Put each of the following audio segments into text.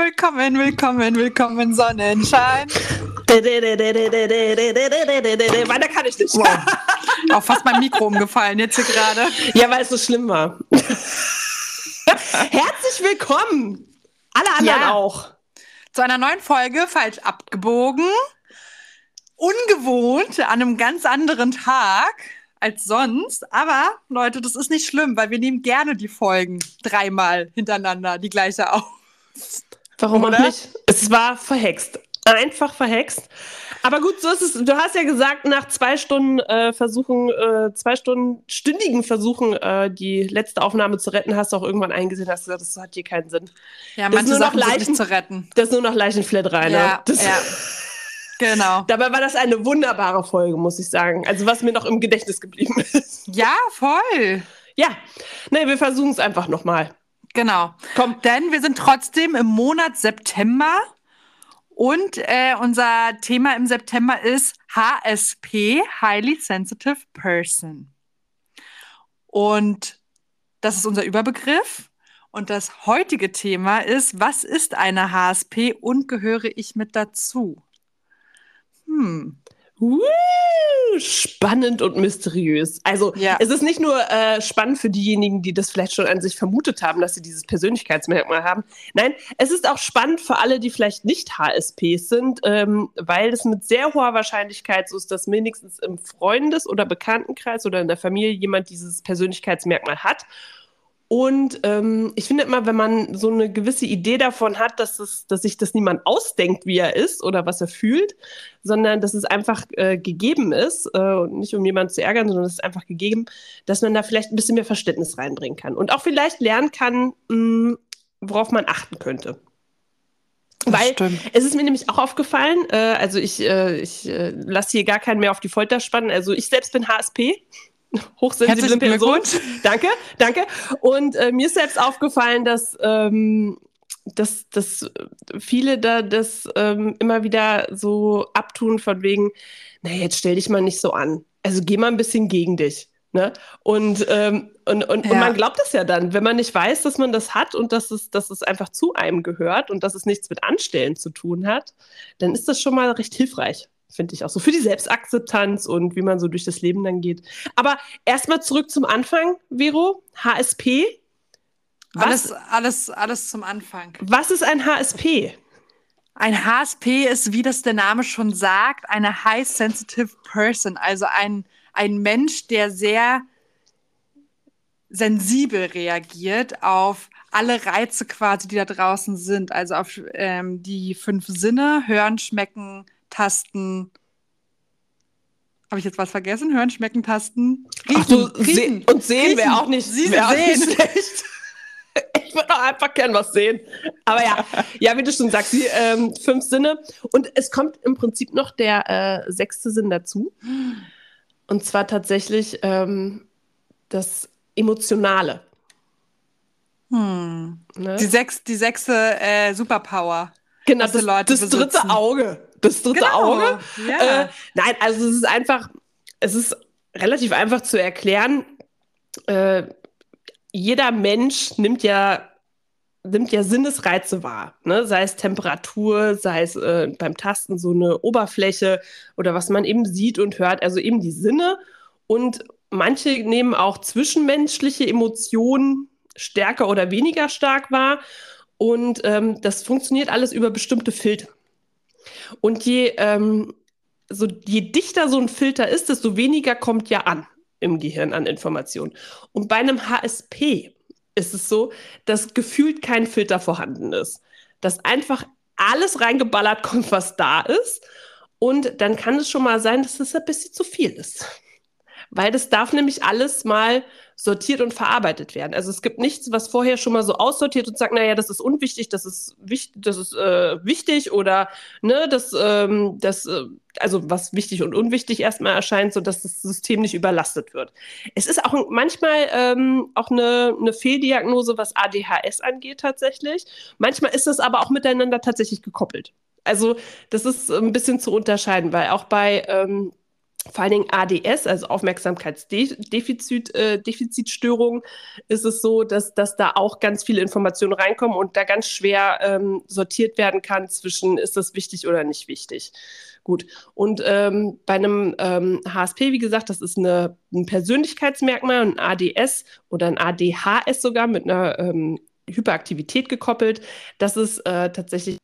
willkommen, Sonnenschein. Weiter kann ich nicht. Wow. Auch fast mein Mikro umgefallen jetzt hier gerade. Ja, weil es so schlimm war. Herzlich willkommen. Alle anderen auch. Zu einer neuen Folge Falsch abgebogen. Ungewohnt, an einem ganz anderen Tag als sonst. Aber, Leute, das ist nicht schlimm, weil wir nehmen gerne die Folgen 3-mal hintereinander, die gleiche auf. Warum auch nicht? Es war verhext. Einfach verhext. Aber gut, so ist es. Du hast ja gesagt, nach 2 Stunden stündigen Versuchen, die letzte Aufnahme zu retten, hast du auch irgendwann eingesehen, hast gesagt, das hat hier keinen Sinn. Ja, manche Sachen sind nicht zu retten. Das ist nur noch Leichenflatt rein. Ja, genau. Dabei war das eine wunderbare Folge, muss ich sagen. Also was mir noch im Gedächtnis geblieben ist. Ja, voll. Ja, nee, wir versuchen es einfach nochmal. Genau. Komm. Denn wir sind trotzdem im Monat September und unser Thema im September ist HSP, Highly Sensitive Person. Und das ist unser Überbegriff. Und das heutige Thema ist, was ist eine HSP und gehöre ich mit dazu? Spannend und mysteriös. Also Es ist nicht nur spannend für diejenigen, die das vielleicht schon an sich vermutet haben, dass sie dieses Persönlichkeitsmerkmal haben. Nein, es ist auch spannend für alle, die vielleicht nicht HSPs sind, weil es mit sehr hoher Wahrscheinlichkeit so ist, dass mindestens im Freundes- oder Bekanntenkreis oder in der Familie jemand dieses Persönlichkeitsmerkmal hat. Und ich finde immer, wenn man so eine gewisse Idee davon hat, dass sich das niemand ausdenkt, wie er ist oder was er fühlt, sondern dass es einfach gegeben ist, und nicht um jemanden zu ärgern, sondern es ist einfach gegeben, dass man da vielleicht ein bisschen mehr Verständnis reinbringen kann und auch vielleicht lernen kann, worauf man achten könnte. Weil es ist mir nämlich auch aufgefallen, also ich lasse hier gar keinen mehr auf die Folter spannen, also ich selbst bin HSP. Hochsensible Person. Danke. Und mir ist selbst aufgefallen, dass viele da das immer wieder so abtun von wegen, naja, jetzt stell dich mal nicht so an. Also geh mal ein bisschen gegen dich. Ne? Und man glaubt es ja dann, wenn man nicht weiß, dass man das hat und dass es einfach zu einem gehört und dass es nichts mit Anstellen zu tun hat, dann ist das schon mal recht hilfreich. Finde ich auch so. Für die Selbstakzeptanz und wie man so durch das Leben dann geht. Aber erstmal zurück zum Anfang, Vero. HSP. Alles zum Anfang. Was ist ein HSP? Ein HSP ist, wie das der Name schon sagt, eine High Sensitive Person. Also ein Mensch, der sehr sensibel reagiert auf alle Reize quasi, die da draußen sind. Also auf die 5 Sinne, Hören, Schmecken, Tasten. Habe ich jetzt was vergessen? Hören, Schmecken, Tasten. Riechen. Und sehen wäre auch nicht schlecht. Ich würde auch einfach gern was sehen. Aber ja, wie du schon sagst, die 5 Sinne. Und es kommt im Prinzip noch der 6. Sinn dazu. Und zwar tatsächlich das Emotionale. Ne? Die sechste Superpower. Genau, das dritte Auge. Das dritte Auge. Ja. Nein, also es ist relativ einfach zu erklären. Jeder Mensch nimmt ja Sinnesreize wahr. Ne? Sei es Temperatur, sei es beim Tasten so eine Oberfläche oder was man eben sieht und hört. Also eben die Sinne. Und manche nehmen auch zwischenmenschliche Emotionen stärker oder weniger stark wahr. Und das funktioniert alles über bestimmte Filter. Und je dichter so ein Filter ist, desto weniger kommt ja an im Gehirn an Informationen. Und bei einem HSP ist es so, dass gefühlt kein Filter vorhanden ist. Dass einfach alles reingeballert kommt, was da ist. Und dann kann es schon mal sein, dass es ein bisschen zu viel ist. Weil das darf nämlich alles mal sortiert und verarbeitet werden. Also es gibt nichts, was vorher schon mal so aussortiert und sagt, naja, das ist unwichtig, das ist wichtig oder ne, also was wichtig und unwichtig erstmal erscheint, sodass das System nicht überlastet wird. Es ist auch manchmal auch eine Fehldiagnose, was ADHS angeht tatsächlich. Manchmal ist das aber auch miteinander tatsächlich gekoppelt. Also das ist ein bisschen zu unterscheiden, weil auch bei vor allen Dingen ADS, also Aufmerksamkeitsdefizitstörung, ist es so, dass da auch ganz viele Informationen reinkommen und da ganz schwer sortiert werden kann zwischen, ist das wichtig oder nicht wichtig. Gut. Und bei einem HSP, wie gesagt, das ist ein Persönlichkeitsmerkmal, ein ADS oder ein ADHS sogar mit einer Hyperaktivität gekoppelt. Das ist tatsächlich,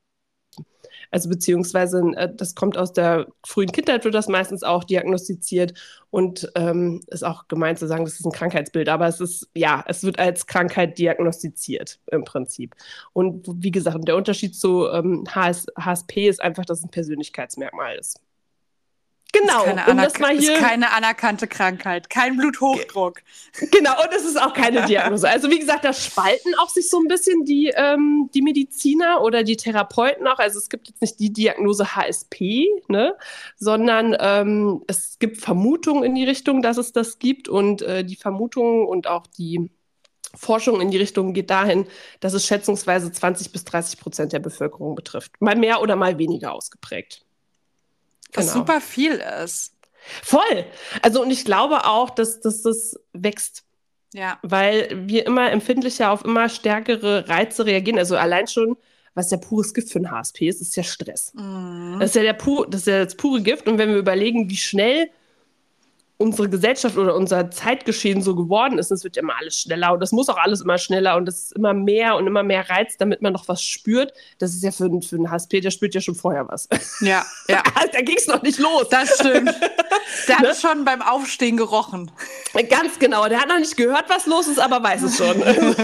also beziehungsweise das kommt aus der frühen Kindheit, wird das meistens auch diagnostiziert und ist auch gemeint zu sagen, das ist ein Krankheitsbild, aber es wird als Krankheit diagnostiziert im Prinzip. Und wie gesagt, der Unterschied zu HSP ist einfach, dass es ein Persönlichkeitsmerkmal ist. Genau, ist keine anerkannte Krankheit, kein Bluthochdruck. Genau, und es ist auch keine Diagnose. Also wie gesagt, da spalten auch sich so ein bisschen die Mediziner oder die Therapeuten auch. Also es gibt jetzt nicht die Diagnose HSP, ne, sondern es gibt Vermutungen in die Richtung, dass es das gibt. Und die Vermutungen und auch die Forschung in die Richtung geht dahin, dass es schätzungsweise 20-30% der Bevölkerung betrifft. Mal mehr oder mal weniger ausgeprägt. Was super viel ist. Voll. Also und ich glaube auch, dass das wächst. Ja. Weil wir immer empfindlicher auf immer stärkere Reize reagieren. Also allein schon, was ja pures Gift für ein HSP ist ja Stress. Mhm. Das ist ja das pure Gift. Und wenn wir überlegen, wie schnell unsere Gesellschaft oder unser Zeitgeschehen so geworden ist, es wird ja immer alles schneller und das muss auch alles immer schneller und es ist immer mehr und immer mehr Reiz, damit man noch was spürt. Das ist ja für einen HSP, der spürt ja schon vorher was. Ja. Da ging es noch nicht los. Das stimmt. Der hat es schon beim Aufstehen gerochen. Ganz genau. Der hat noch nicht gehört, was los ist, aber weiß es schon.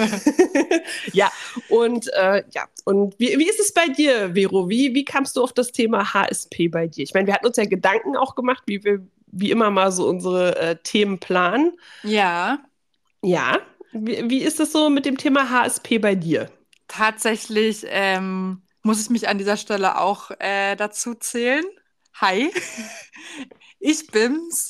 Ja. Und wie ist es bei dir, Vero? Wie kamst du auf das Thema HSP bei dir? Ich meine, wir hatten uns ja Gedanken auch gemacht, wie wir wie immer mal so unsere Themen planen. Ja. Ja. Wie ist es so mit dem Thema HSP bei dir? Tatsächlich muss ich mich an dieser Stelle auch dazu zählen. Hi, ich bin's.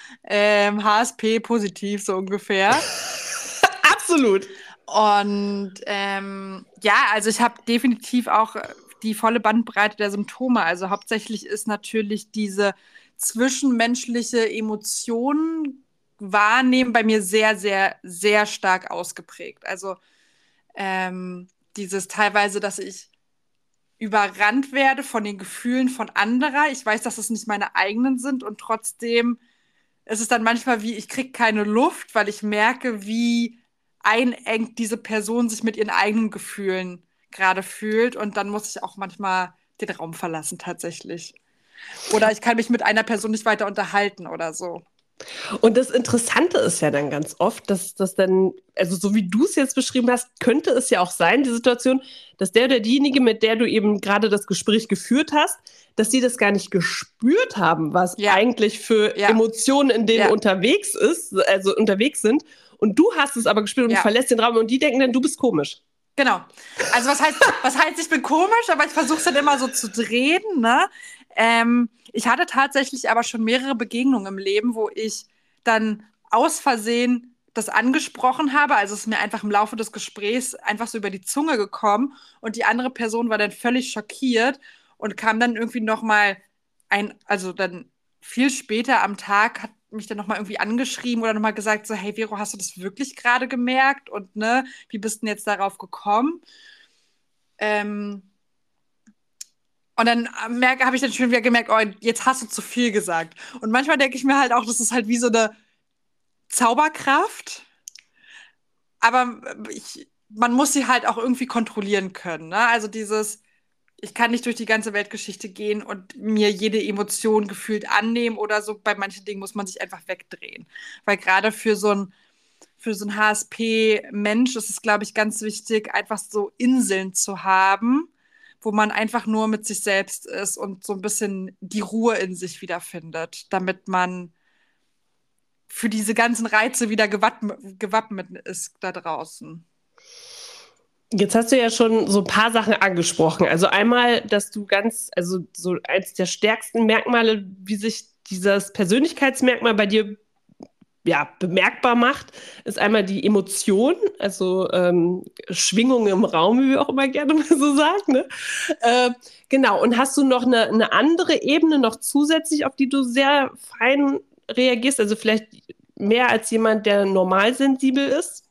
HSP positiv, so ungefähr. Absolut. Und also ich habe definitiv auch die volle Bandbreite der Symptome. Also hauptsächlich ist natürlich diese zwischenmenschliche Emotionen wahrnehmen bei mir sehr, sehr, sehr stark ausgeprägt. Also dieses teilweise, dass ich überrannt werde von den Gefühlen von anderer. Ich weiß, dass es nicht meine eigenen sind und trotzdem ist es dann manchmal wie, ich kriege keine Luft, weil ich merke, wie einengt diese Person sich mit ihren eigenen Gefühlen gerade fühlt und dann muss ich auch manchmal den Raum verlassen tatsächlich. Oder ich kann mich mit einer Person nicht weiter unterhalten oder so. Und das Interessante ist ja dann ganz oft, dass das dann, also so wie du es jetzt beschrieben hast, könnte es ja auch sein, die Situation, dass der oder diejenige, mit der du eben gerade das Gespräch geführt hast, dass die das gar nicht gespürt haben, was eigentlich für Emotionen in denen unterwegs sind. Und du hast es aber gespürt und verlässt den Raum und die denken dann, du bist komisch. Genau. Also was heißt, ich bin komisch, aber ich versuche es dann immer so zu drehen, ne? Ich hatte tatsächlich aber schon mehrere Begegnungen im Leben, wo ich dann aus Versehen das angesprochen habe. Also es ist mir einfach im Laufe des Gesprächs einfach so über die Zunge gekommen und die andere Person war dann völlig schockiert und kam dann irgendwie nochmal also dann viel später am Tag hat mich dann nochmal irgendwie angeschrieben oder nochmal gesagt, so, hey Vero, hast du das wirklich gerade gemerkt? Und ne, wie bist du denn jetzt darauf gekommen? Und dann habe ich dann schon wieder gemerkt, oh, jetzt hast du zu viel gesagt. Und manchmal denke ich mir halt auch, das ist halt wie so eine Zauberkraft. Aber man muss sie halt auch irgendwie kontrollieren können. Ne? Also ich kann nicht durch die ganze Weltgeschichte gehen und mir jede Emotion gefühlt annehmen oder so. Bei manchen Dingen muss man sich einfach wegdrehen. Weil gerade für so ein HSP-Mensch ist es, glaube ich, ganz wichtig, einfach so Inseln zu haben, wo man einfach nur mit sich selbst ist und so ein bisschen die Ruhe in sich wiederfindet, damit man für diese ganzen Reize wieder gewappnet ist da draußen. Jetzt hast du ja schon so ein paar Sachen angesprochen. Also einmal, dass du also so eins der stärksten Merkmale, wie sich dieses Persönlichkeitsmerkmal bei dir bemerkbar macht, ist einmal die Emotion, also Schwingung im Raum, wie wir auch immer gerne mal so sagen. Ne? Genau, und hast du noch eine andere Ebene noch zusätzlich, auf die du sehr fein reagierst? Also vielleicht mehr als jemand, der normal sensibel ist?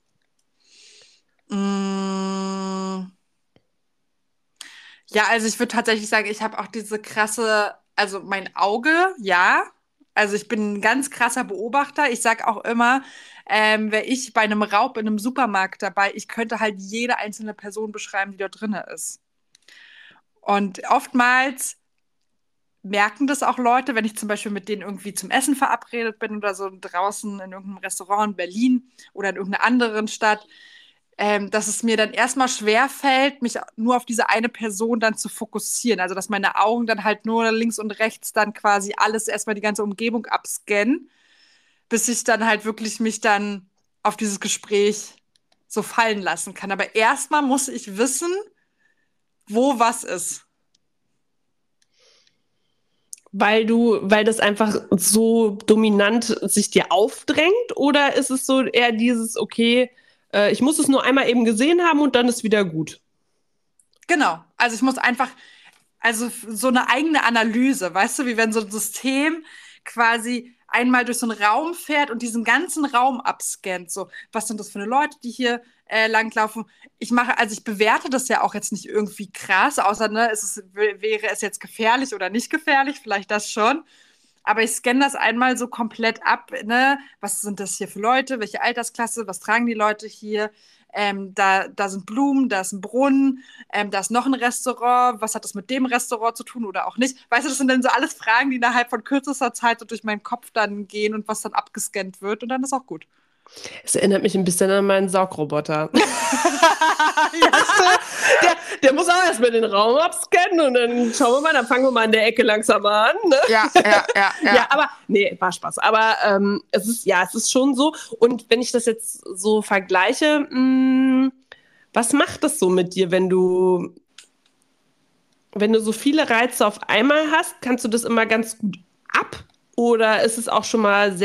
Ja, also ich würde tatsächlich sagen, ich habe auch diese krasse, also mein Auge, ja. Also ich bin ein ganz krasser Beobachter. Ich sage auch immer, wäre ich bei einem Raub in einem Supermarkt dabei, ich könnte halt jede einzelne Person beschreiben, die dort drin ist. Und oftmals merken das auch Leute, wenn ich zum Beispiel mit denen irgendwie zum Essen verabredet bin oder so draußen in irgendeinem Restaurant in Berlin oder in irgendeiner anderen Stadt, dass es mir dann erstmal schwer fällt, mich nur auf diese eine Person dann zu fokussieren. Also, dass meine Augen dann halt nur links und rechts dann quasi alles erstmal die ganze Umgebung abscannen, bis ich dann halt wirklich mich dann auf dieses Gespräch so fallen lassen kann. Aber erstmal muss ich wissen, wo was ist. Weil das einfach so dominant sich dir aufdrängt? Oder ist es so eher dieses, okay, ich muss es nur einmal eben gesehen haben und dann ist wieder gut? Genau. Also ich muss einfach, also so eine eigene Analyse, weißt du, wie wenn so ein System quasi einmal durch so einen Raum fährt und diesen ganzen Raum abscannt. So, was sind das für eine Leute, die hier langlaufen? Also ich bewerte das ja auch jetzt nicht irgendwie krass, außer, ne, wäre es jetzt gefährlich oder nicht gefährlich, vielleicht das schon. Aber ich scanne das einmal so komplett ab, ne? Was sind das hier für Leute? Welche Altersklasse? Was tragen die Leute hier? Da sind Blumen, da ist ein Brunnen, da ist noch ein Restaurant. Was hat das mit dem Restaurant zu tun oder auch nicht? Weißt du, das sind dann so alles Fragen, die innerhalb von kürzester Zeit so durch meinen Kopf dann gehen und was dann abgescannt wird und dann ist auch gut. Es erinnert mich ein bisschen an meinen Saugroboter. Ja, Der muss auch erstmal den Raum abscannen und dann schauen wir mal, dann fangen wir mal an der Ecke langsam an. Ne? ja. Ja, aber nee, war Spaß. Aber es ist schon so. Und wenn ich das jetzt so vergleiche, was macht das so mit dir, wenn du so viele Reize auf einmal hast? Kannst du das immer ganz gut ab? Oder ist es auch schon mal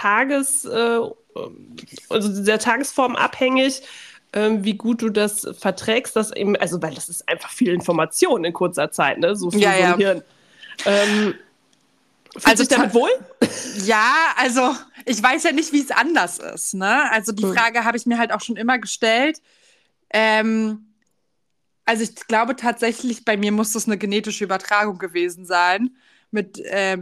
also sehr tagesformabhängig, wie gut du das verträgst, dass eben, also weil das ist einfach viel Information in kurzer Zeit, ne? So für so ein Hirn. Fühlt sich damit wohl? Ja, also ich weiß ja nicht, wie es anders ist. Ne? Also die Frage habe ich mir halt auch schon immer gestellt. Also ich glaube tatsächlich, bei mir muss das eine genetische Übertragung gewesen sein, mit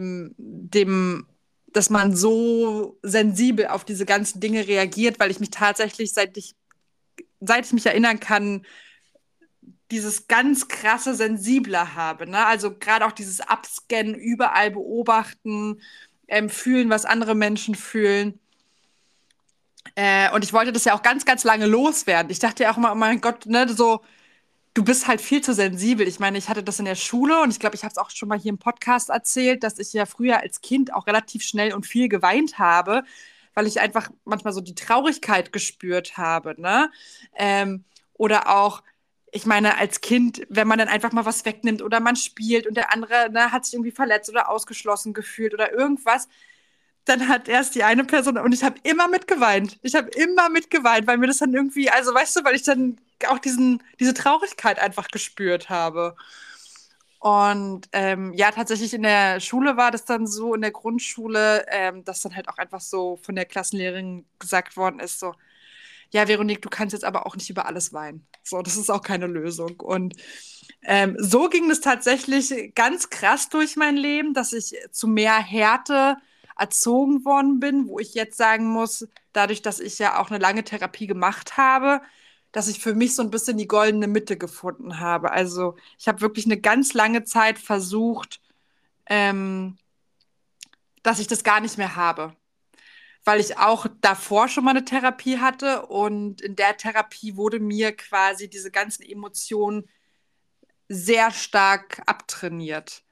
dass man so sensibel auf diese ganzen Dinge reagiert, weil ich mich tatsächlich, seit ich mich erinnern kann, dieses ganz krasse Sensible habe. Ne? Also gerade auch dieses Abscannen, überall beobachten, fühlen, was andere Menschen fühlen. Und ich wollte das ja auch ganz, ganz lange loswerden. Ich dachte ja auch immer, oh mein Gott, ne, so, du bist halt viel zu sensibel. Ich meine, ich hatte das in der Schule und ich glaube, ich habe es auch schon mal hier im Podcast erzählt, dass ich ja früher als Kind auch relativ schnell und viel geweint habe, weil ich einfach manchmal so die Traurigkeit gespürt habe, ne? Oder auch, ich meine, als Kind, wenn man dann einfach mal was wegnimmt oder man spielt und der andere, ne, hat sich irgendwie verletzt oder ausgeschlossen gefühlt oder irgendwas, dann hat erst die eine Person und ich habe immer mitgeweint. Ich habe immer mitgeweint, weil mir das dann irgendwie, also weißt du, weil ich dann auch diese Traurigkeit einfach gespürt habe. Und ja, tatsächlich in der Schule war das dann so, in der Grundschule, dass dann halt auch einfach so von der Klassenlehrerin gesagt worden ist, so, ja, Veronique, du kannst jetzt aber auch nicht über alles weinen. So, das ist auch keine Lösung. Und so ging es tatsächlich ganz krass durch mein Leben, dass ich zu mehr Härte erzogen worden bin, wo ich jetzt sagen muss, dadurch, dass ich ja auch eine lange Therapie gemacht habe, dass ich für mich so ein bisschen die goldene Mitte gefunden habe. Also ich habe wirklich eine ganz lange Zeit versucht, ähm, dass ich das gar nicht mehr habe, weil ich auch davor schon mal eine Therapie hatte und in der Therapie wurde mir quasi diese ganzen Emotionen sehr stark abtrainiert.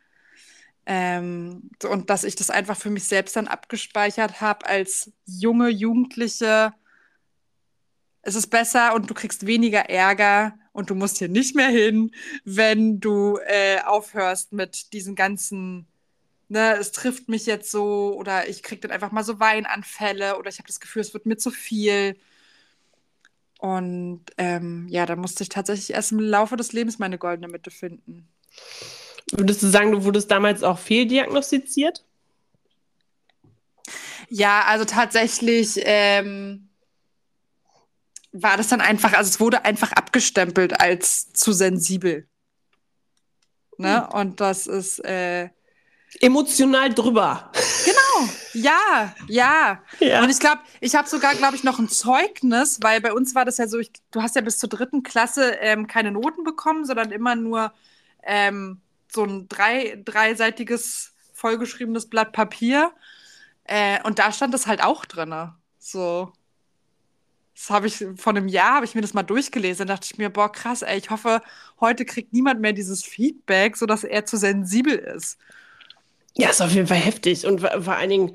Und dass ich das einfach für mich selbst dann abgespeichert habe als junge Jugendliche. Es ist besser und du kriegst weniger Ärger und du musst hier nicht mehr hin, wenn du aufhörst mit diesen ganzen ne, es trifft mich jetzt so oder ich kriege dann einfach mal so Weinanfälle oder ich habe das Gefühl, es wird mir zu viel. Und ja, da musste ich tatsächlich erst im Laufe des Lebens meine goldene Mitte finden. Würdest du sagen, du wurdest damals auch fehldiagnostiziert? Ja, also tatsächlich war das dann einfach, also es wurde einfach abgestempelt als zu sensibel. Ne? Und das ist emotional drüber. Genau, ja. Ja. Und ich glaube, ich habe sogar, glaube ich, noch ein Zeugnis, weil bei uns war das ja so, du hast ja bis zur 3. Klasse keine Noten bekommen, sondern immer nur so ein dreiseitiges vollgeschriebenes Blatt Papier. Und da stand das halt auch drin. So. Das habe ich vor einem Jahr, habe ich mir das mal durchgelesen. Da dachte ich mir, boah, krass, ey, ich hoffe, heute kriegt niemand mehr dieses Feedback, sodass er zu sensibel ist. Ja, ist auf jeden Fall heftig. Und vor allen Dingen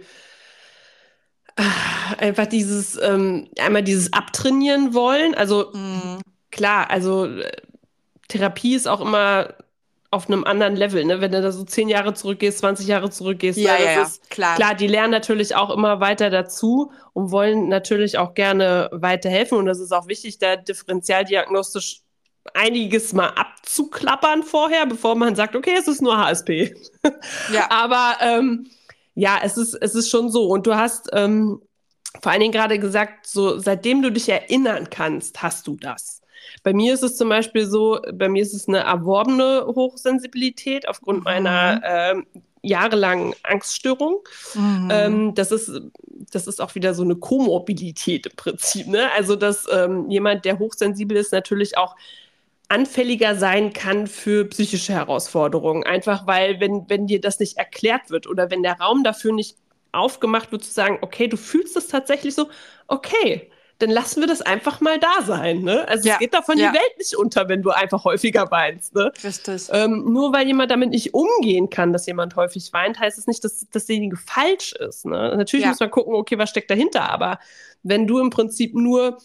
einfach dieses, einmal dieses Abtrainieren wollen. Also klar, also Therapie ist auch immer auf einem anderen Level, ne? Wenn du da so 10 Jahre zurückgehst, 20 Jahre zurückgehst, Ja, ne? Das ist klar. Klar, die lernen natürlich auch immer weiter dazu und wollen natürlich auch gerne weiterhelfen. Und das ist auch wichtig, da differentialdiagnostisch einiges mal abzuklappern vorher, bevor man sagt, okay, es ist nur HSP. Ja. Aber ja, es ist schon so. Und du hast vor allen Dingen gerade gesagt, so seitdem du dich erinnern kannst, hast du das. Bei mir ist es zum Beispiel so, bei mir ist es eine erworbene Hochsensibilität aufgrund meiner jahrelangen Angststörung. Das ist auch wieder so eine Komorbidität im Prinzip. Ne? Also, dass jemand, der hochsensibel ist, natürlich auch anfälliger sein kann für psychische Herausforderungen. Einfach weil, wenn dir das nicht erklärt wird oder wenn der Raum dafür nicht aufgemacht wird, zu sagen, okay, du fühlst es tatsächlich so, okay, dann lassen wir das einfach mal da sein. Ne? Also es geht davon die Welt nicht unter, wenn du einfach häufiger weinst. Ne? Richtig. Nur weil jemand damit nicht umgehen kann, dass jemand häufig weint, heißt es nicht, dass derjenige falsch ist. Ne? Natürlich muss man gucken, okay, was steckt dahinter, aber wenn du im Prinzip nur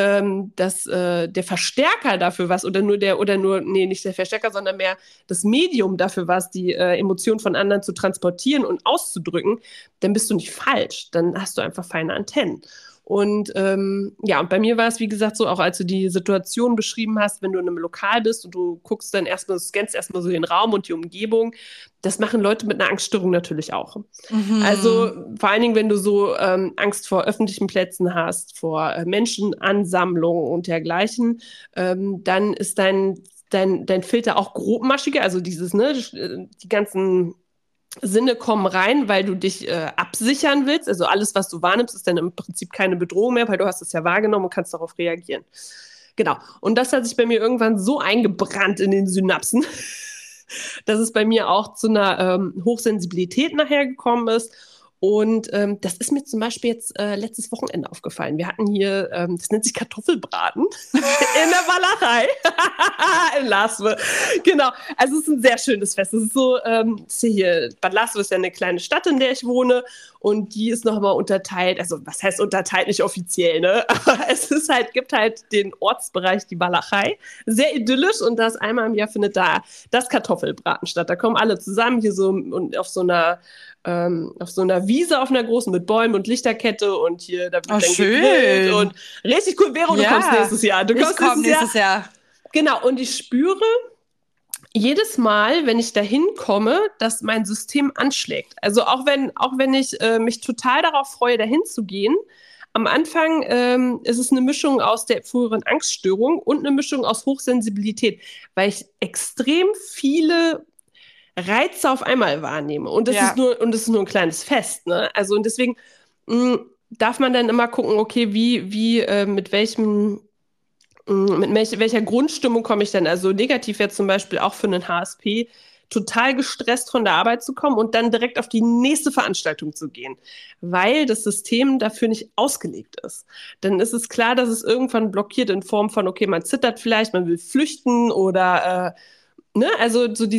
der Verstärker dafür warst nicht der Verstärker, sondern mehr das Medium dafür warst, die Emotionen von anderen zu transportieren und auszudrücken, dann bist du nicht falsch. Dann hast du einfach feine Antennen. Und und bei mir war es, wie gesagt, so, auch als du die Situation beschrieben hast, wenn du in einem Lokal bist und du guckst dann scannst erstmal so den Raum und die Umgebung, das machen Leute mit einer Angststörung natürlich auch. Also vor allen Dingen, wenn du so Angst vor öffentlichen Plätzen hast, vor Menschenansammlungen und dergleichen, dann ist dein Filter auch grobmaschiger, also dieses, ne, die ganzen Sinne kommen rein, weil du dich absichern willst. Also alles, was du wahrnimmst, ist dann im Prinzip keine Bedrohung mehr, weil du hast es ja wahrgenommen und kannst darauf reagieren. Genau. Und das hat sich bei mir irgendwann so eingebrannt in den Synapsen, dass es bei mir auch zu einer Hochsensibilität nachher gekommen ist. Und das ist mir zum Beispiel jetzt letztes Wochenende aufgefallen. Wir hatten hier, das nennt sich Kartoffelbraten in der Walachei in Laswe. Genau, also es ist ein sehr schönes Fest. Es ist so, Bad Laswe ist ja eine kleine Stadt, in der ich wohne und die ist nochmal unterteilt, also was heißt unterteilt, nicht offiziell, ne? Aber gibt halt den Ortsbereich, die Walachei, sehr idyllisch und das einmal im Jahr findet da das Kartoffelbraten statt. Da kommen alle zusammen hier so und auf so einer Wiese, auf einer großen mit Bäumen und Lichterkette und hier, da wird dann gegrillt und richtig cool. Vero, du kommst nächstes Jahr. Du kommst nächstes Jahr. Genau, und ich spüre jedes Mal, wenn ich da hinkomme, dass mein System anschlägt. Also auch wenn ich mich total darauf freue, dahin zu gehen, am Anfang ist es eine Mischung aus der früheren Angststörung und eine Mischung aus Hochsensibilität, weil ich extrem viele Reize auf einmal wahrnehme. Und das ist nur ein kleines Fest. Ne? Also und deswegen darf man dann immer gucken, okay, mit welcher Grundstimmung komme ich denn? Also negativ wäre zum Beispiel auch für einen HSP total gestresst von der Arbeit zu kommen und dann direkt auf die nächste Veranstaltung zu gehen, weil das System dafür nicht ausgelegt ist. Dann ist es klar, dass es irgendwann blockiert in Form von, okay, man zittert vielleicht, man will flüchten oder ne, also so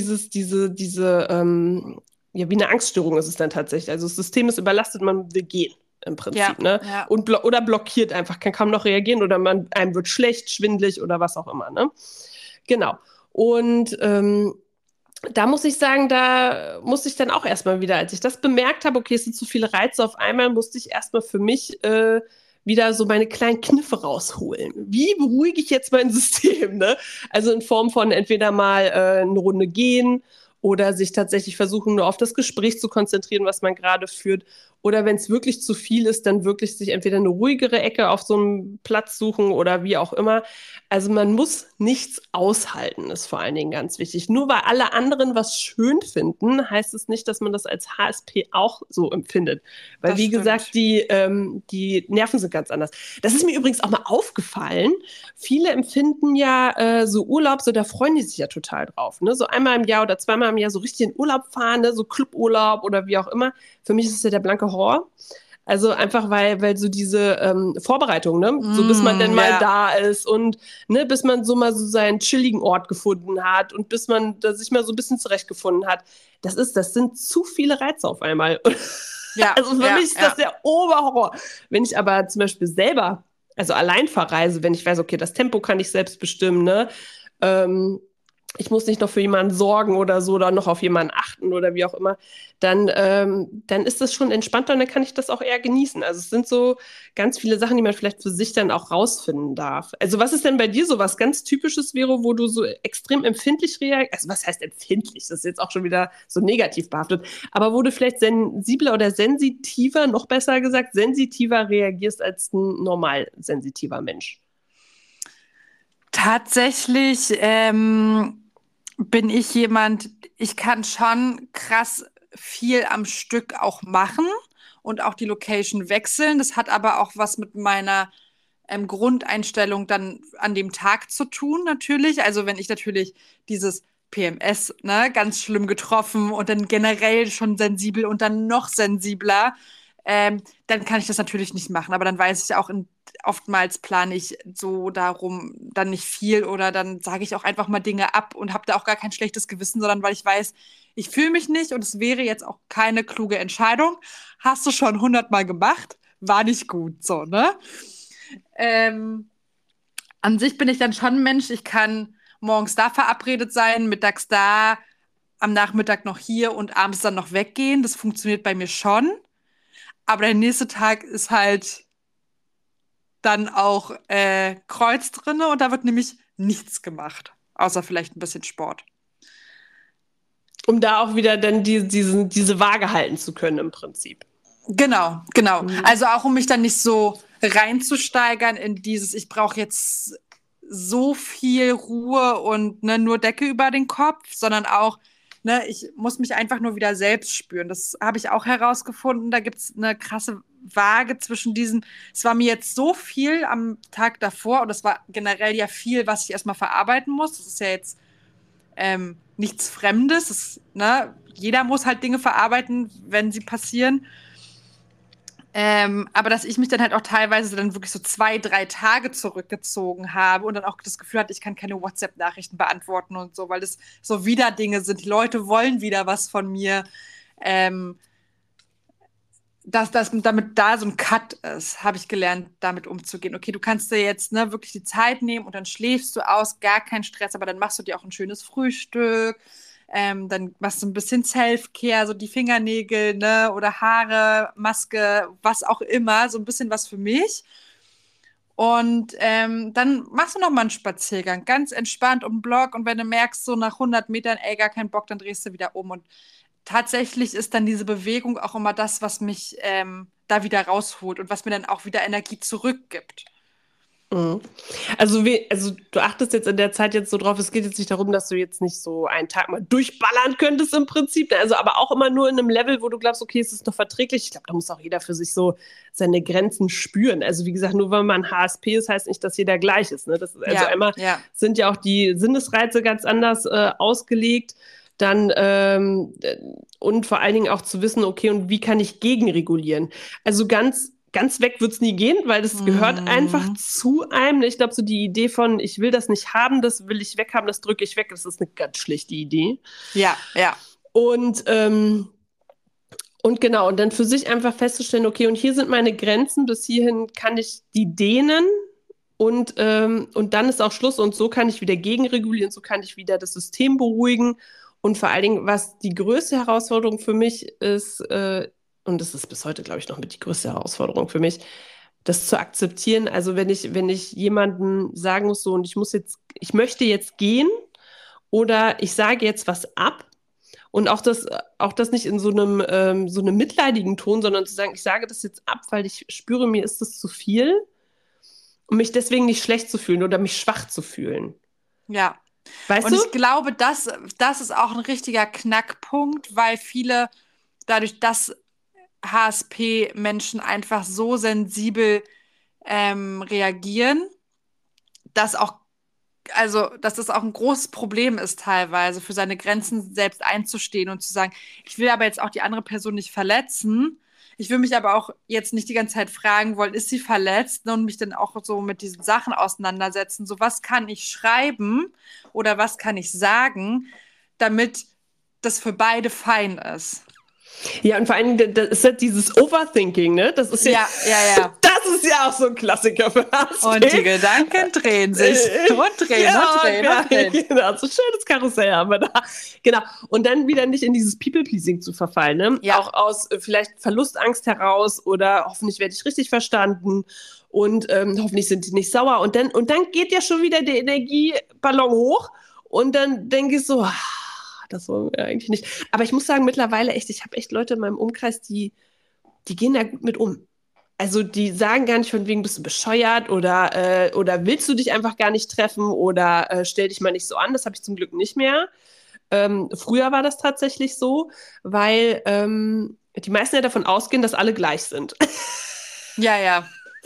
wie eine Angststörung ist es dann tatsächlich. Also das System ist überlastet, man will gehen im Prinzip, ne? Ja. Oder blockiert einfach, kann kaum noch reagieren oder einem wird schlecht, schwindelig oder was auch immer, ne? Genau. Und da muss ich sagen, da musste ich dann auch erstmal wieder, als ich das bemerkt habe, okay, es sind zu viele Reize auf einmal, musste ich erstmal für mich wieder so meine kleinen Kniffe rausholen. Wie beruhige ich jetzt mein System? Ne? Also in Form von entweder mal eine Runde gehen oder sich tatsächlich versuchen, nur auf das Gespräch zu konzentrieren, was man gerade führt. Oder wenn es wirklich zu viel ist, dann wirklich sich entweder eine ruhigere Ecke auf so einem Platz suchen oder wie auch immer. Also man muss nichts aushalten, ist vor allen Dingen ganz wichtig. Nur weil alle anderen was schön finden, heißt es nicht, dass man das als HSP auch so empfindet. Weil, Das wie stimmt. gesagt, die Nerven sind ganz anders. Das ist mir übrigens auch mal aufgefallen. Viele empfinden ja so Urlaub, so da freuen die sich ja total drauf. Ne? So einmal im Jahr oder zweimal im Jahr so richtig in Urlaub fahren, ne? So Cluburlaub oder wie auch immer. Für mich ist es ja der blanke Horror. Also einfach, weil so diese Vorbereitung, ne? So bis man denn mal da ist und ne, bis man so mal so seinen chilligen Ort gefunden hat und bis man da sich mal so ein bisschen zurechtgefunden hat. Das sind zu viele Reize auf einmal. Ja, Also für mich ist das der Oberhorror. Wenn ich aber zum Beispiel selber, also allein verreise, wenn ich weiß, okay, das Tempo kann ich selbst bestimmen, ne? Ich muss nicht noch für jemanden sorgen oder so oder noch auf jemanden achten oder wie auch immer, dann ist das schon entspannter und dann kann ich das auch eher genießen. Also es sind so ganz viele Sachen, die man vielleicht für sich dann auch rausfinden darf. Also was ist denn bei dir so was ganz Typisches wäre, wo du so extrem empfindlich reagierst? Also was heißt empfindlich? Das ist jetzt auch schon wieder so negativ behaftet. Aber wo du vielleicht sensibler oder sensitiver, noch besser gesagt, sensitiver reagierst als ein normal sensitiver Mensch. Tatsächlich bin ich jemand, ich kann schon krass viel am Stück auch machen und auch die Location wechseln. Das hat aber auch was mit meiner Grundeinstellung dann an dem Tag zu tun, natürlich. Also wenn ich natürlich dieses PMS, ne, ganz schlimm getroffen und dann generell schon sensibel und dann noch sensibler, dann kann ich das natürlich nicht machen. Aber dann weiß ich auch, oftmals plane ich so darum dann nicht viel oder dann sage ich auch einfach mal Dinge ab und habe da auch gar kein schlechtes Gewissen, sondern weil ich weiß, ich fühle mich nicht und es wäre jetzt auch keine kluge Entscheidung. Hast du schon 100-mal gemacht, war nicht gut, so, ne? Ähm, an sich bin ich dann schon ein Mensch, ich kann morgens da verabredet sein, mittags da, am Nachmittag noch hier und abends dann noch weggehen. Das funktioniert bei mir schon. Aber der nächste Tag ist halt dann auch Kreuz drinne und da wird nämlich nichts gemacht. Außer vielleicht ein bisschen Sport. Um da auch wieder dann diese Waage halten zu können im Prinzip. Genau, genau. Mhm. Also auch um mich dann nicht so reinzusteigern in dieses, ich brauche jetzt so viel Ruhe und ne, nur Decke über den Kopf, sondern auch, ne, ich muss mich einfach nur wieder selbst spüren. Das habe ich auch herausgefunden. Da gibt es eine krasse Waage zwischen diesen, es war mir jetzt so viel am Tag davor und es war generell ja viel, was ich erstmal verarbeiten muss. Das ist ja jetzt nichts Fremdes. Das, ne, jeder muss halt Dinge verarbeiten, wenn sie passieren. Aber dass ich mich dann halt auch teilweise dann wirklich so 2, 3 Tage zurückgezogen habe und dann auch das Gefühl hatte, ich kann keine WhatsApp-Nachrichten beantworten und so, weil das so wieder Dinge sind. Die Leute wollen wieder was von mir. Damit da so ein Cut ist, habe ich gelernt, damit umzugehen. Okay, du kannst dir jetzt ne, wirklich die Zeit nehmen und dann schläfst du aus, gar kein Stress, aber dann machst du dir auch ein schönes Frühstück. Dann machst du ein bisschen Self-Care, so die Fingernägel, ne, oder Haare, Maske, was auch immer, so ein bisschen was für mich. Und dann machst du noch mal einen Spaziergang, ganz entspannt um den Block. Und wenn du merkst, so nach 100 Metern, ey, gar keinen Bock, dann drehst du wieder um. Und tatsächlich ist dann diese Bewegung auch immer das, was mich da wieder rausholt und was mir dann auch wieder Energie zurückgibt. Mhm. Also du achtest jetzt in der Zeit jetzt so drauf, es geht jetzt nicht darum, dass du jetzt nicht so einen Tag mal durchballern könntest im Prinzip, also aber auch immer nur in einem Level, wo du glaubst, okay, es ist noch verträglich. Ich glaube, da muss auch jeder für sich so seine Grenzen spüren. Also wie gesagt, nur weil man HSP ist, heißt nicht, dass jeder gleich ist. Ne? Das ist also einmal sind ja auch die Sinnesreize ganz anders ausgelegt. Dann und vor allen Dingen auch zu wissen, okay, und wie kann ich gegenregulieren? Also ganz weg wird es nie gehen, weil das gehört einfach zu einem. Ich glaube, so die Idee von, ich will das nicht haben, das will ich weghaben, das drücke ich weg, das ist eine ganz schlechte Idee. Ja, ja. Und genau, und dann für sich einfach festzustellen, okay, und hier sind meine Grenzen, bis hierhin kann ich die dehnen und dann ist auch Schluss und so kann ich wieder gegenregulieren, so kann ich wieder das System beruhigen Und vor allen Dingen, was die größte Herausforderung für mich ist, und das ist bis heute, glaube ich, noch mit die größte Herausforderung für mich, das zu akzeptieren. Also wenn ich jemandem sagen muss, so, und ich möchte jetzt gehen oder ich sage jetzt was ab, und auch das nicht in so einem mitleidigen Ton, sondern zu sagen, ich sage das jetzt ab, weil ich spüre, mir ist das zu viel, um mich deswegen nicht schlecht zu fühlen oder mich schwach zu fühlen. Ja. Weißt Und du? ich glaube, das ist auch ein richtiger Knackpunkt, weil viele dadurch, dass HSP-Menschen einfach so sensibel reagieren, dass dass das auch ein großes Problem ist teilweise, für seine Grenzen selbst einzustehen und zu sagen, ich will aber jetzt auch die andere Person nicht verletzen. Ich will mich aber auch jetzt nicht die ganze Zeit fragen wollen, ist sie verletzt? Und mich dann auch so mit diesen Sachen auseinandersetzen. So, was kann ich schreiben oder was kann ich sagen, damit das für beide fein ist? Ja, und vor allem, das ist ja dieses Overthinking, ne? Das ist ja. Das ist ja auch so ein Klassiker für HSP. Und die Gedanken drehen sich und drehen und drehen. Genau, so ein schönes Karussell haben wir da. Genau. Und dann wieder nicht in dieses People-Pleasing zu verfallen, ne? Ja. Auch aus vielleicht Verlustangst heraus oder hoffentlich werde ich richtig verstanden und hoffentlich sind die nicht sauer. Und dann geht ja schon wieder der Energieballon hoch und dann denke ich so, das wollen wir eigentlich nicht. Aber ich muss sagen, mittlerweile echt, ich habe echt Leute in meinem Umkreis, die gehen da gut mit um. Also die sagen gar nicht von wegen, bist du bescheuert oder willst du dich einfach gar nicht treffen oder stell dich mal nicht so an. Das habe ich zum Glück nicht mehr. Früher war das tatsächlich so, weil die meisten ja davon ausgehen, dass alle gleich sind. Ja.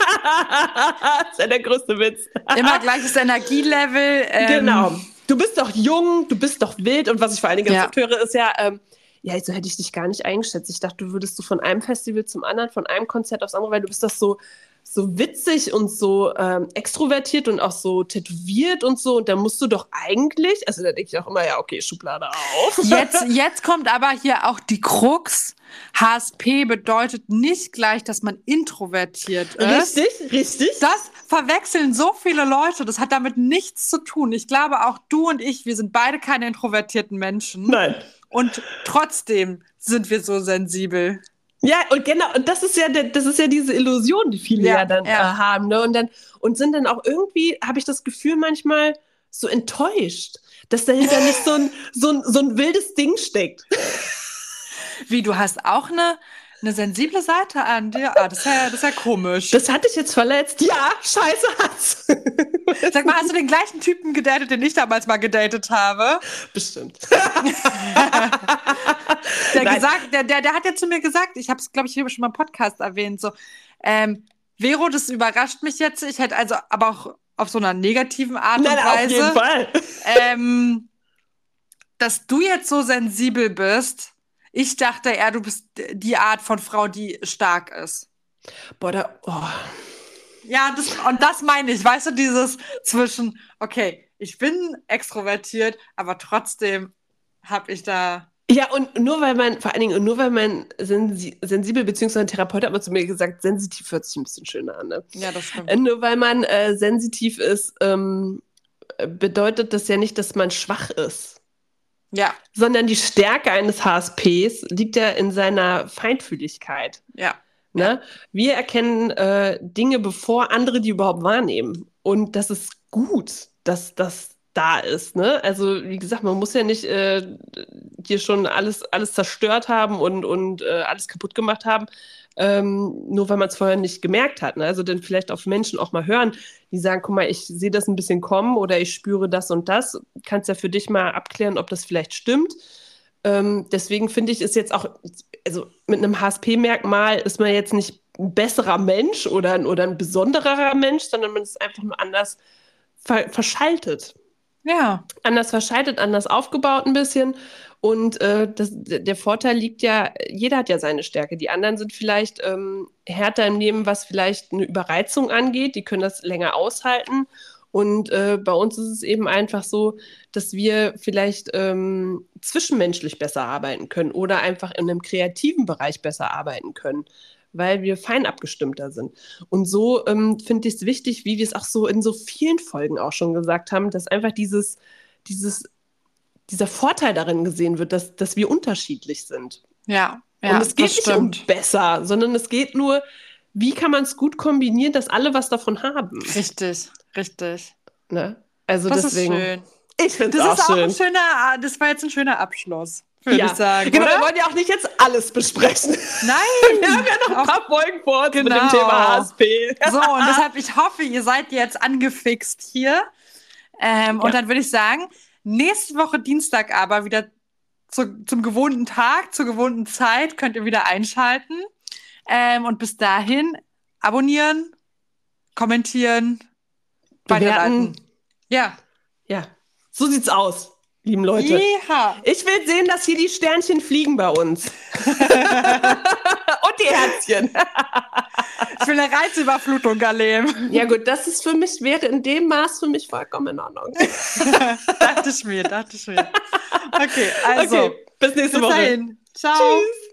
Das ist ja der größte Witz. Immer gleiches Energielevel. Genau. Du bist doch jung, du bist doch wild. Und was ich vor allen Dingen ganz oft höre, ist ja, so hätte ich dich gar nicht eingeschätzt. Ich dachte, du würdest so von einem Festival zum anderen, von einem Konzert aufs andere, weil du bist doch so witzig und so extrovertiert und auch so tätowiert und so. Und da musst du doch eigentlich, also da denke ich auch immer, ja, okay, Schublade auf. Jetzt kommt aber hier auch die Krux. HSP bedeutet nicht gleich, dass man introvertiert ist. Richtig. Das verwechseln so viele Leute. Das hat damit nichts zu tun. Ich glaube, auch du und ich, wir sind beide keine introvertierten Menschen. Nein. Und trotzdem sind wir so sensibel. Ja, und genau, und das ist ja diese Illusion, die viele ja dann haben, ne? Und sind dann auch irgendwie, habe ich das Gefühl, manchmal so enttäuscht, dass dahinter nicht so ein wildes Ding steckt. Wie, du hast auch eine sensible Seite an dir? Ah, das ist ja komisch. Das hat dich jetzt verletzt? Ja, scheiße hat's. Sag mal, hast du den gleichen Typen gedatet, den ich damals mal gedatet habe? Bestimmt. Der hat ja zu mir gesagt, ich habe es, glaube ich, hier schon mal im Podcast erwähnt, so, Vero, das überrascht mich jetzt. Ich hätte also, aber auch auf so einer negativen Art und Weise. Auf jeden Fall. Dass du jetzt so sensibel bist. Ich dachte eher, du bist die Art von Frau, die stark ist. Boah, Ja, das meine ich. Weißt du, dieses zwischen, okay, ich bin extrovertiert, aber trotzdem habe ich da... Ja, und nur weil man sensibel, beziehungsweise ein Therapeut hat mal zu mir gesagt, sensitiv hört sich ein bisschen schöner an. Ne? Ja, das stimmt. Nur weil man sensitiv ist, bedeutet das ja nicht, dass man schwach ist. Ja. Sondern die Stärke eines HSPs liegt ja in seiner Feinfühligkeit. Ja. Ne? Ja. Wir erkennen Dinge, bevor andere die überhaupt wahrnehmen. Und das ist gut, dass das da ist. Ne? Also, wie gesagt, man muss ja nicht hier schon alles zerstört haben und alles kaputt gemacht haben, nur weil man es vorher nicht gemerkt hat. Ne? Also dann vielleicht auf Menschen auch mal hören, die sagen, guck mal, ich sehe das ein bisschen kommen oder ich spüre das und das. Kannst ja für dich mal abklären, ob das vielleicht stimmt. Deswegen finde ich, ist jetzt auch, also mit einem HSP-Merkmal ist man jetzt nicht ein besserer Mensch oder ein besonderer Mensch, sondern man ist einfach nur anders verschaltet. Ja. Anders verschaltet, anders aufgebaut ein bisschen. Und der Vorteil liegt ja, jeder hat ja seine Stärke. Die anderen sind vielleicht härter im Leben, was vielleicht eine Überreizung angeht. Die können das länger aushalten. Und bei uns ist es eben einfach so, dass wir vielleicht zwischenmenschlich besser arbeiten können oder einfach in einem kreativen Bereich besser arbeiten können, weil wir fein abgestimmter sind. Und so finde ich es wichtig, wie wir es auch so in so vielen Folgen auch schon gesagt haben, dass einfach dieses dieser Vorteil darin gesehen wird, dass wir unterschiedlich sind. Ja. Und es geht nicht um besser, sondern es geht nur, wie kann man es gut kombinieren, dass alle was davon haben. Richtig. Ne? Also das deswegen. Ist schön. Ich finde es auch schön. Das war jetzt ein schöner Abschluss, würde ich sagen. Genau, wir wollen ja auch nicht jetzt alles besprechen. Nein. Wir haben ja noch ein paar Folgen vor uns mit dem Thema HSP. So, und deshalb, ich hoffe, ihr seid jetzt angefixt hier. Und dann würde ich sagen, nächste Woche Dienstag aber wieder zum gewohnten Tag, zur gewohnten Zeit könnt ihr wieder einschalten. Und bis dahin abonnieren, kommentieren, bewerten. Ja. So siecht's aus, lieben Leute. Jeha. Ich will sehen, dass hier die Sternchen fliegen bei uns. Und die Herzchen. Ich will eine Reizüberflutung erleben. Ja gut, wäre in dem Maß für mich vollkommen in Ordnung. Dachte ich mir. Okay, also. Bis nächste Woche. Bis dahin. Ciao. Tschüss.